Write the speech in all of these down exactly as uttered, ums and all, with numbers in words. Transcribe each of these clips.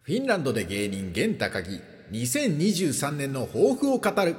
フィンランドで芸人現高木にせんにじゅうさんねんの抱負を語る。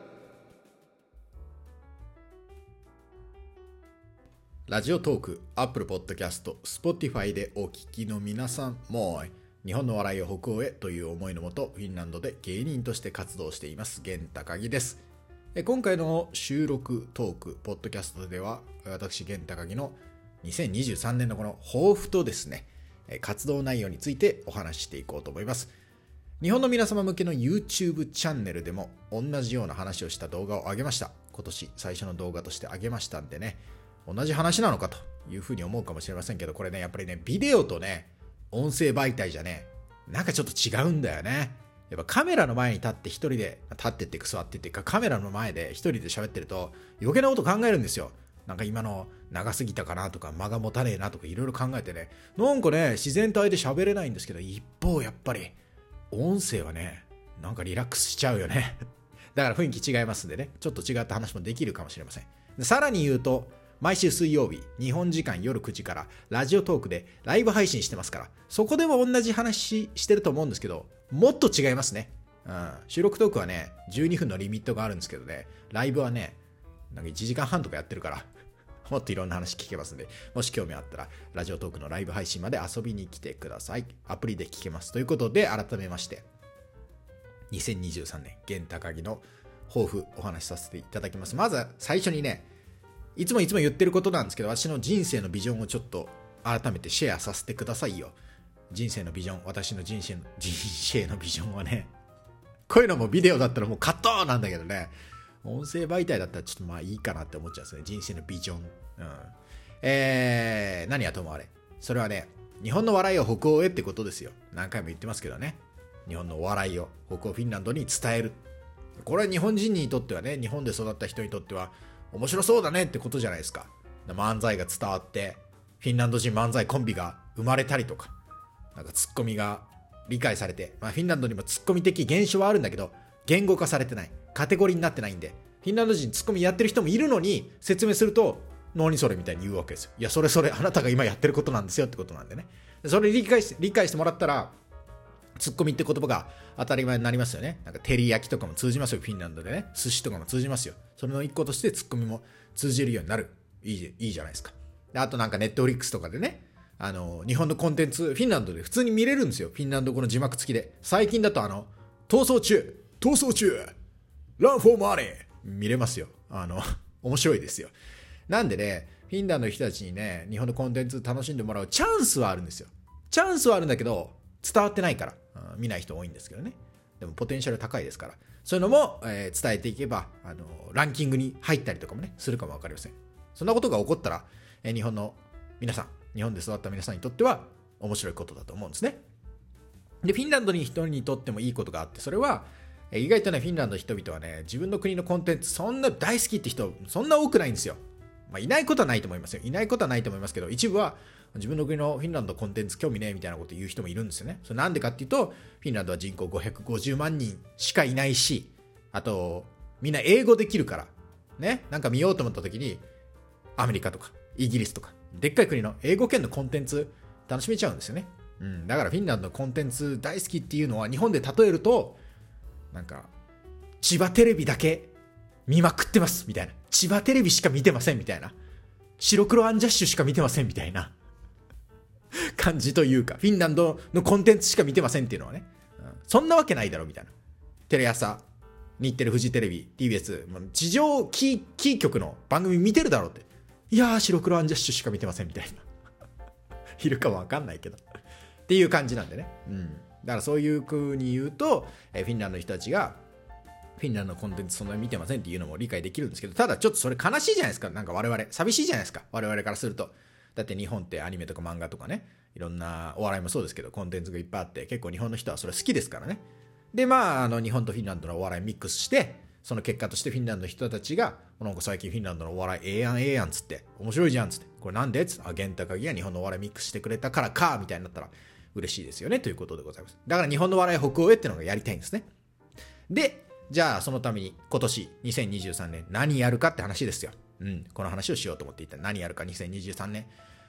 ラジオトーク、アップルポッドキャスト、スポティファイでお聞きの皆さんも日本の笑いを北欧へという思いのもと、フィンランドで芸人として活動しています現高木です。今回の収録トークポッドキャストでは、私現高木のにせんにじゅうさんねんのこの抱負とですね、活動内容についてお話ししていこうと思います。日本の皆様向けの YouTube チャンネルでも同じような話をした動画を上げました。今年最初の動画として上げましたんでね、同じ話なのかというふうに思うかもしれませんけど、これね、やっぱりね、ビデオとね、音声媒体じゃね、なんかちょっと違うんだよね。やっぱカメラの前に立って一人で、立ってっていうか座ってっていうか、カメラの前で一人で喋ってると余計なこと考えるんですよ。なんか今の長すぎたかなとか、間が持たねえなとかいろいろ考えてね、なんかね、自然体で喋れないんですけど、一方やっぱり音声はね、なんかリラックスしちゃうよね。だから雰囲気違いますんでね、ちょっと違った話もできるかもしれません。さらに言うと、毎週水曜日、日本時間夜くじからラジオトークでライブ配信してますから、そこでも同じ話してると思うんですけど、もっと違いますね。うん、収録トークはね、じゅうにふんのリミットがあるんですけどね、ライブはね、なんかいちじかんはんとかやってるから、もっといろんな話聞けますんで、もし興味あったら、ラジオトークのライブ配信まで遊びに来てください。アプリで聞けます。ということで、改めまして、にせんにじゅうさんねん、現高木の抱負、お話しさせていただきます。まずは最初にね、いつもいつも言ってることなんですけど、私の人生のビジョンをちょっと改めてシェアさせてくださいよ。人生のビジョン、私の人生の、人生のビジョンはね、こういうのもビデオだったらもうカットなんだけどね、音声媒体だったらちょっとまあいいかなって思っちゃうんですね。人生のビジョン。うん。えー、何はともあれ。それはね、日本の笑いを北欧へってことですよ。何回も言ってますけどね。日本のお笑いを北欧フィンランドに伝える。これは日本人にとってはね、日本で育った人にとっては面白そうだねってことじゃないですか。漫才が伝わって、フィンランド人漫才コンビが生まれたりとか、なんかツッコミが理解されて、まあフィンランドにもツッコミ的現象はあるんだけど、言語化されてない。カテゴリーになってないんで、フィンランド人ツッコミやってる人もいるのに、説明すると、何それみたいに言うわけですよ。いや、それそれ、あなたが今やってることなんですよってことなんでね。それ理解し、理解してもらったら、ツッコミって言葉が当たり前になりますよね。なんか、照り焼きとかも通じますよ、フィンランドでね。寿司とかも通じますよ。それの一個としてツッコミも通じるようになる。いい、いいじゃないですか。であとなんか、ネットフリックスとかでね、あの、日本のコンテンツ、フィンランドで普通に見れるんですよ。フィンランド語の字幕付きで。最近だとあの、逃走中、逃走中ランフォーマネー見れますよ。あの、面白いですよ。なんでね、フィンランドの人たちにね、日本のコンテンツ楽しんでもらうチャンスはあるんですよ。チャンスはあるんだけど、伝わってないから、見ない人多いんですけどね。でもポテンシャル高いですから、そういうのも、えー、伝えていけば、あの、ランキングに入ったりとかもね、するかもわかりません。そんなことが起こったら、えー、日本の皆さん、日本で育った皆さんにとっては面白いことだと思うんですね。で、フィンランドに人にとってもいいことがあって、それは、意外とね、フィンランドの人々はね、自分の国のコンテンツ、そんな大好きって人、そんな多くないんですよ。まあ、いないことはないと思いますよ。いないことはないと思いますけど、一部は自分の国のフィンランドコンテンツ興味ねえみたいなこと言う人もいるんですよね。それなんでかっていうと、フィンランドは人口ごひゃくごじゅうまんにんしかいないし、あと、みんな英語できるから、ね、なんか見ようと思った時に、アメリカとか、イギリスとか、でっかい国の英語圏のコンテンツ楽しめちゃうんですよね。うん、だからフィンランドのコンテンツ大好きっていうのは日本で例えると、なんか、千葉テレビだけ見まくってますみたいな。千葉テレビしか見てませんみたいな。白黒アンジャッシュしか見てませんみたいな感じというか、フィンランドのコンテンツしか見てませんっていうのはね、うん、そんなわけないだろみたいな。テレ朝、日テレ、フジテレビ、ティービーエス、地上キー、キー局の番組見てるだろうって。いやー、白黒アンジャッシュしか見てませんみたいな。いるかもわかんないけど。っていう感じなんでね。うん。だからそういう風に言うと、えフィンランドの人たちがフィンランドのコンテンツそんなに見てませんっていうのも理解できるんですけど、ただちょっとそれ悲しいじゃないですか。なんか我々寂しいじゃないですか、我々からすると。だって日本ってアニメとか漫画とかね、いろんなお笑いもそうですけどコンテンツがいっぱいあって、結構日本の人はそれ好きですからね。でまあ、あの日本とフィンランドのお笑いミックスして、その結果としてフィンランドの人たちがなんか最近フィンランドのお笑いええやんええやんつって、面白いじゃんつって、これなんでつって、あ、現高木が日本のお笑いミックスしてくれたからかみたいになったら嬉しいですよねということでございます。だから日本の笑い北欧へっていうのがやりたいんですね。で、じゃあそのために今年にせんにじゅうさんねん何やるかって話ですよ。うん、この話をしようと思っていた。何やるかにせんにじゅうさんねん。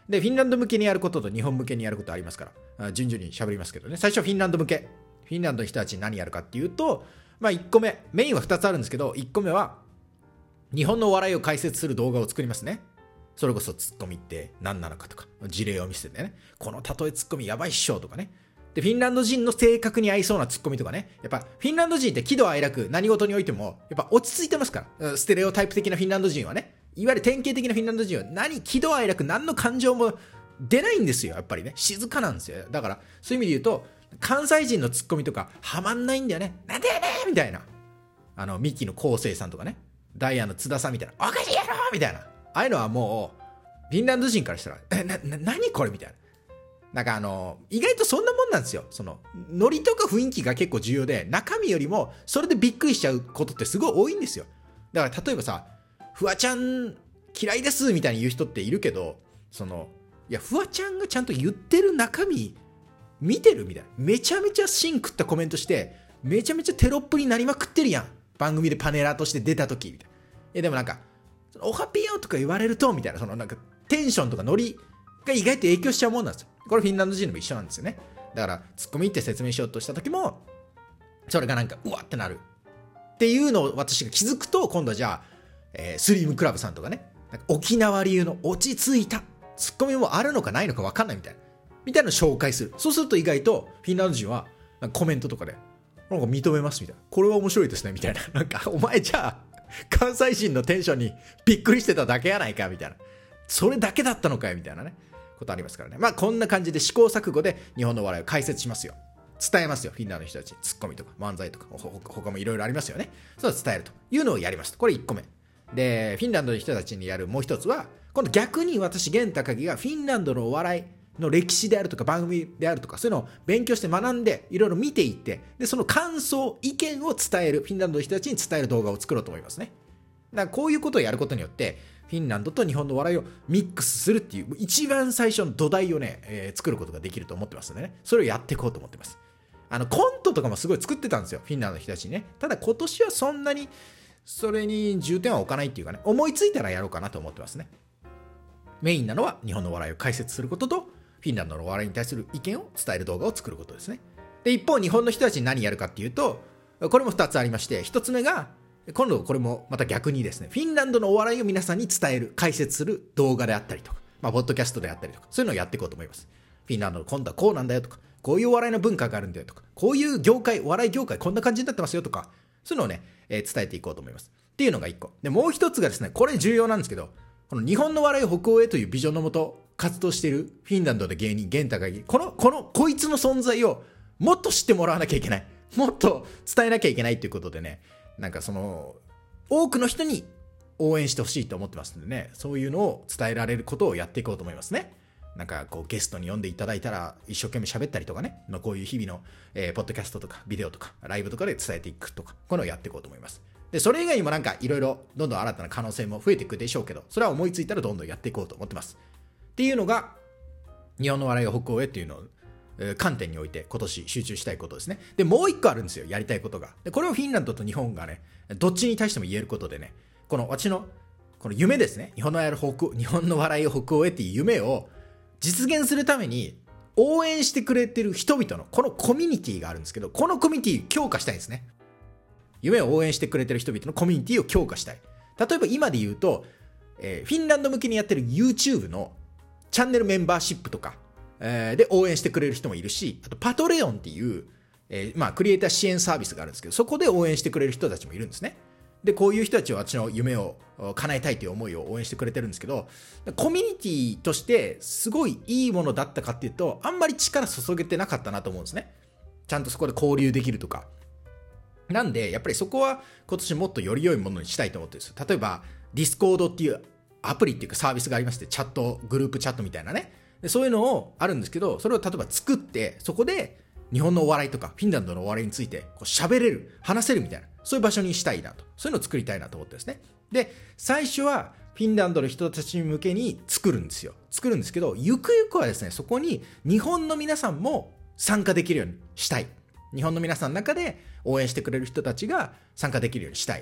で、フィンランド向けにやることと日本向けにやることありますから、順々に喋りますけどね。最初はフィンランド向け。フィンランドの人たちに何やるかっていうと、まあいっこめ、メインはふたつあるんですけど、いっこめは、日本のお笑いを解説する動画を作りますね。それこそツッコミって何なのかとか、事例を見せてね、この例えツッコミやばいっしょとかね。で、フィンランド人の性格に合いそうなツッコミとかね。やっぱ、フィンランド人って喜怒哀楽、何事においても、やっぱ落ち着いてますから。ステレオタイプ的なフィンランド人はね。いわゆる典型的なフィンランド人は何、喜怒哀楽、何の感情も出ないんですよ。やっぱりね。静かなんですよ。だから、そういう意味で言うと、関西人のツッコミとか、はまんないんだよね。なんでやねんみたいな。あの、ミキの昴生さんとかね。ダイアンの津田さんみたいな。おかしいやろみたいな。ああいうのはもう、フィンランド人からしたら、え、な、な、何これみたいな。なんかあの、意外とそんなもんなんですよ。その、ノリとか雰囲気が結構重要で、中身よりも、それでびっくりしちゃうことってすごい多いんですよ。だから例えばさ、フワちゃん嫌いですみたいに言う人っているけど、その、いや、フワちゃんがちゃんと言ってる中身、見てるみたいな。めちゃめちゃ芯食ったコメントして、めちゃめちゃテロップになりまくってるやん。番組でパネラーとして出た時みたいな。え、でもなんか、おはぴよとか言われると、みたいな、そのなんか、テンションとかノリが意外と影響しちゃうもんなんですよ。これフィンランド人でも一緒なんですよね。だから、ツッコミって説明しようとした時も、それがなんか、うわってなる。っていうのを私が気づくと、今度はじゃあ、えー、スリムクラブさんとかね、なんか沖縄流の落ち着いたツッコミもあるのかないのか分かんないみたいな。みたいなのを紹介する。そうすると意外と、フィンランド人は、なんかコメントとかで、なんか認めますみたいな。これは面白いですね、みたいな。なんか、お前じゃあ、関西人のテンションにびっくりしてただけやないか、みたいな。それだけだったのかよ、みたいなね。ことありますからね。まあこんな感じで試行錯誤で日本の笑いを解説しますよ。伝えますよ。フィンランドの人たち。ツッコミとか漫才とか他もいろいろありますよね。そう伝えるというのをやります。これいっこめ。で、フィンランドの人たちにやるもう一つは、今度逆に私、玄高木がフィンランドのお笑いの歴史であるとか番組であるとかそういうのを勉強して学んでいろいろ見ていって、で、その感想、意見を伝える、フィンランドの人たちに伝える動画を作ろうと思いますね。だからこういうことをやることによって、フィンランドと日本の笑いをミックスするっていう一番最初の土台をね、えー、作ることができると思ってますのでね、それをやっていこうと思ってます。あのコントとかもすごい作ってたんですよ、フィンランドの人たちにね。ただ今年はそんなにそれに重点は置かないっていうかね、思いついたらやろうかなと思ってますね。メインなのは日本の笑いを解説することと、フィンランドの笑いに対する意見を伝える動画を作ることですね。で、一方日本の人たちに何やるかっていうと、これもふたつありまして、ひとつめが今度これもまた逆にですね、フィンランドのお笑いを皆さんに伝える、解説する動画であったりとか、まあ、ポッドキャストであったりとか、そういうのをやっていこうと思います。フィンランドの今度はこうなんだよとか、こういうお笑いの文化があるんだよとか、こういう業界、お笑い業界こんな感じになってますよとか、そういうのをね、えー、伝えていこうと思います。っていうのがいっこ。で、もう一つがですね、これ重要なんですけど、この日本の笑いを北欧へというビジョンのもと活動しているフィンランドの芸人、玄高木、この、この、こいつの存在をもっと知ってもらわなきゃいけない。もっと伝えなきゃいけないということでね、なんかその、多くの人に応援してほしいと思ってますんでね、そういうのを伝えられることをやっていこうと思いますね。なんかこうゲストに呼んでいただいたら一生懸命喋ったりとかね、まあ、こういう日々の、えー、ポッドキャストとかビデオとかライブとかで伝えていくとか、こういうのをやっていこうと思います。で、それ以外にもなんかいろいろどんどん新たな可能性も増えていくでしょうけど、それは思いついたらどんどんやっていこうと思ってます。っていうのが日本の笑いを北欧へっていうのを観点において今年集中したいことですね。で、もう一個あるんですよ、やりたいことが。で、これをフィンランドと日本がね、どっちに対しても言えることでね、この私のこの夢ですね、日本の笑いを北欧、日本の笑いを北欧へっていう夢を実現するために応援してくれてる人々のこのコミュニティがあるんですけど、このコミュニティ強化したいんですね。夢を応援してくれてる人々のコミュニティを強化したい。例えば今で言うと、えー、フィンランド向けにやってる YouTube のチャンネルメンバーシップとか、えー、で応援してくれる人もいるし、あとパトレオンっていう、えー、まあクリエイター支援サービスがあるんですけど、そこで応援してくれる人たちもいるんですね。で、こういう人たちは私の夢を叶えたいという思いを応援してくれてるんですけど、コミュニティとしてすごいいいものだったかっていうと、あんまり力注げてなかったなと思うんですね。ちゃんとそこで交流できるとか。なんで、やっぱりそこは今年もっとより良いものにしたいと思ってるんですよ。例えば、Discord っていうアプリっていうかサービスがありまして、チャット、グループチャットみたいなね。でそういうのをあるんですけど、それを例えば作って、そこで日本のお笑いとかフィンランドのお笑いについてこう喋れる、話せるみたいな、そういう場所にしたいなと。そういうのを作りたいなと思ってですね。で、最初はフィンランドの人たち向けに作るんですよ。作るんですけど、ゆくゆくはですね、そこに日本の皆さんも参加できるようにしたい。日本の皆さんの中で応援してくれる人たちが参加できるようにしたい。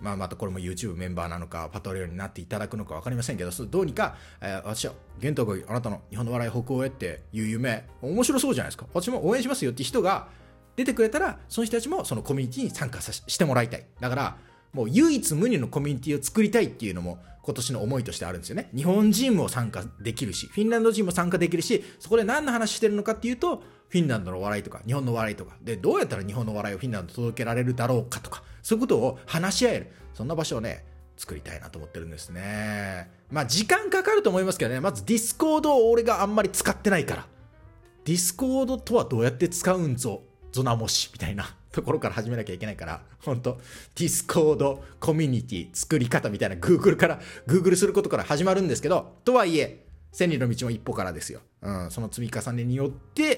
まあ、またこれも YouTube メンバーなのか、パトレオンになっていただくのか分かりませんけど、どうにか、えー、私は、玄太君、あなたの日本の笑い北欧へっていう夢、面白そうじゃないですか。私も応援しますよって人が出てくれたら、その人たちもそのコミュニティに参加さしてもらいたい。だから、もう唯一無二のコミュニティを作りたいっていうのも、今年の思いとしてあるんですよね。日本人も参加できるし、フィンランド人も参加できるし、そこで何の話してるのかっていうと、フィンランドの笑いとか、日本の笑いとか、で、どうやったら日本の笑いをフィンランドに届けられるだろうかとか、そういうことを話し合える、そんな場所をね、作りたいなと思ってるんですね。まあ、時間かかると思いますけどね、まずディスコードを俺があんまり使ってないから、ディスコードとはどうやって使うんぞ、ゾナモシみたいなところから始めなきゃいけないから、本当ディスコードコミュニティ作り方みたいな Google から、Google することから始まるんですけど、とはいえ、千里の道も一歩からですよ。うん、その積み重ねによって、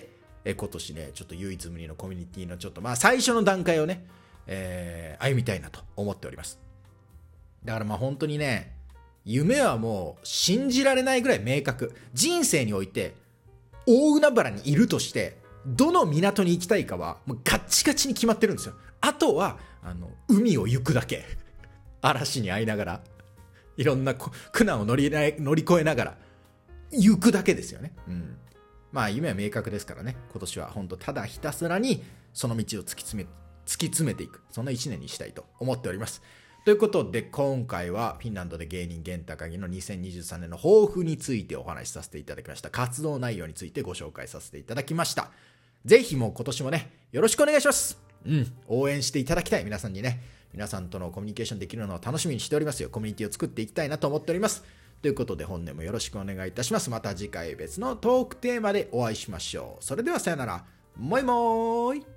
え今年ね、ちょっと唯一無二のコミュニティのちょっと、まあ最初の段階をね、えー、歩みたいなと思っております。だからまあ本当にね、夢はもう信じられないぐらい明確。人生において、大海原にいるとして、どの港に行きたいかはもうガッチガチに決まってるんですよ。あとはあの海を行くだけ。嵐に遭いながら、いろんな苦難を乗り乗り越えながら行くだけですよね。うん。まあ夢は明確ですからね。今年は本当ただひたすらにその道を突き詰め突き詰めていく、そんな一年にしたいと思っております。ということで今回はフィンランドで芸人玄高木のにせんにじゅうさんねんの抱負についてお話しさせていただきました。活動内容についてご紹介させていただきました。ぜひもう今年もね、よろしくお願いします。うん、応援していただきたい。皆さんにね、皆さんとのコミュニケーションできるのを楽しみにしておりますよ。コミュニティを作っていきたいなと思っております。ということで本年もよろしくお願いいたします。また次回別のトークテーマでお会いしましょう。それではさよなら。もいもーい。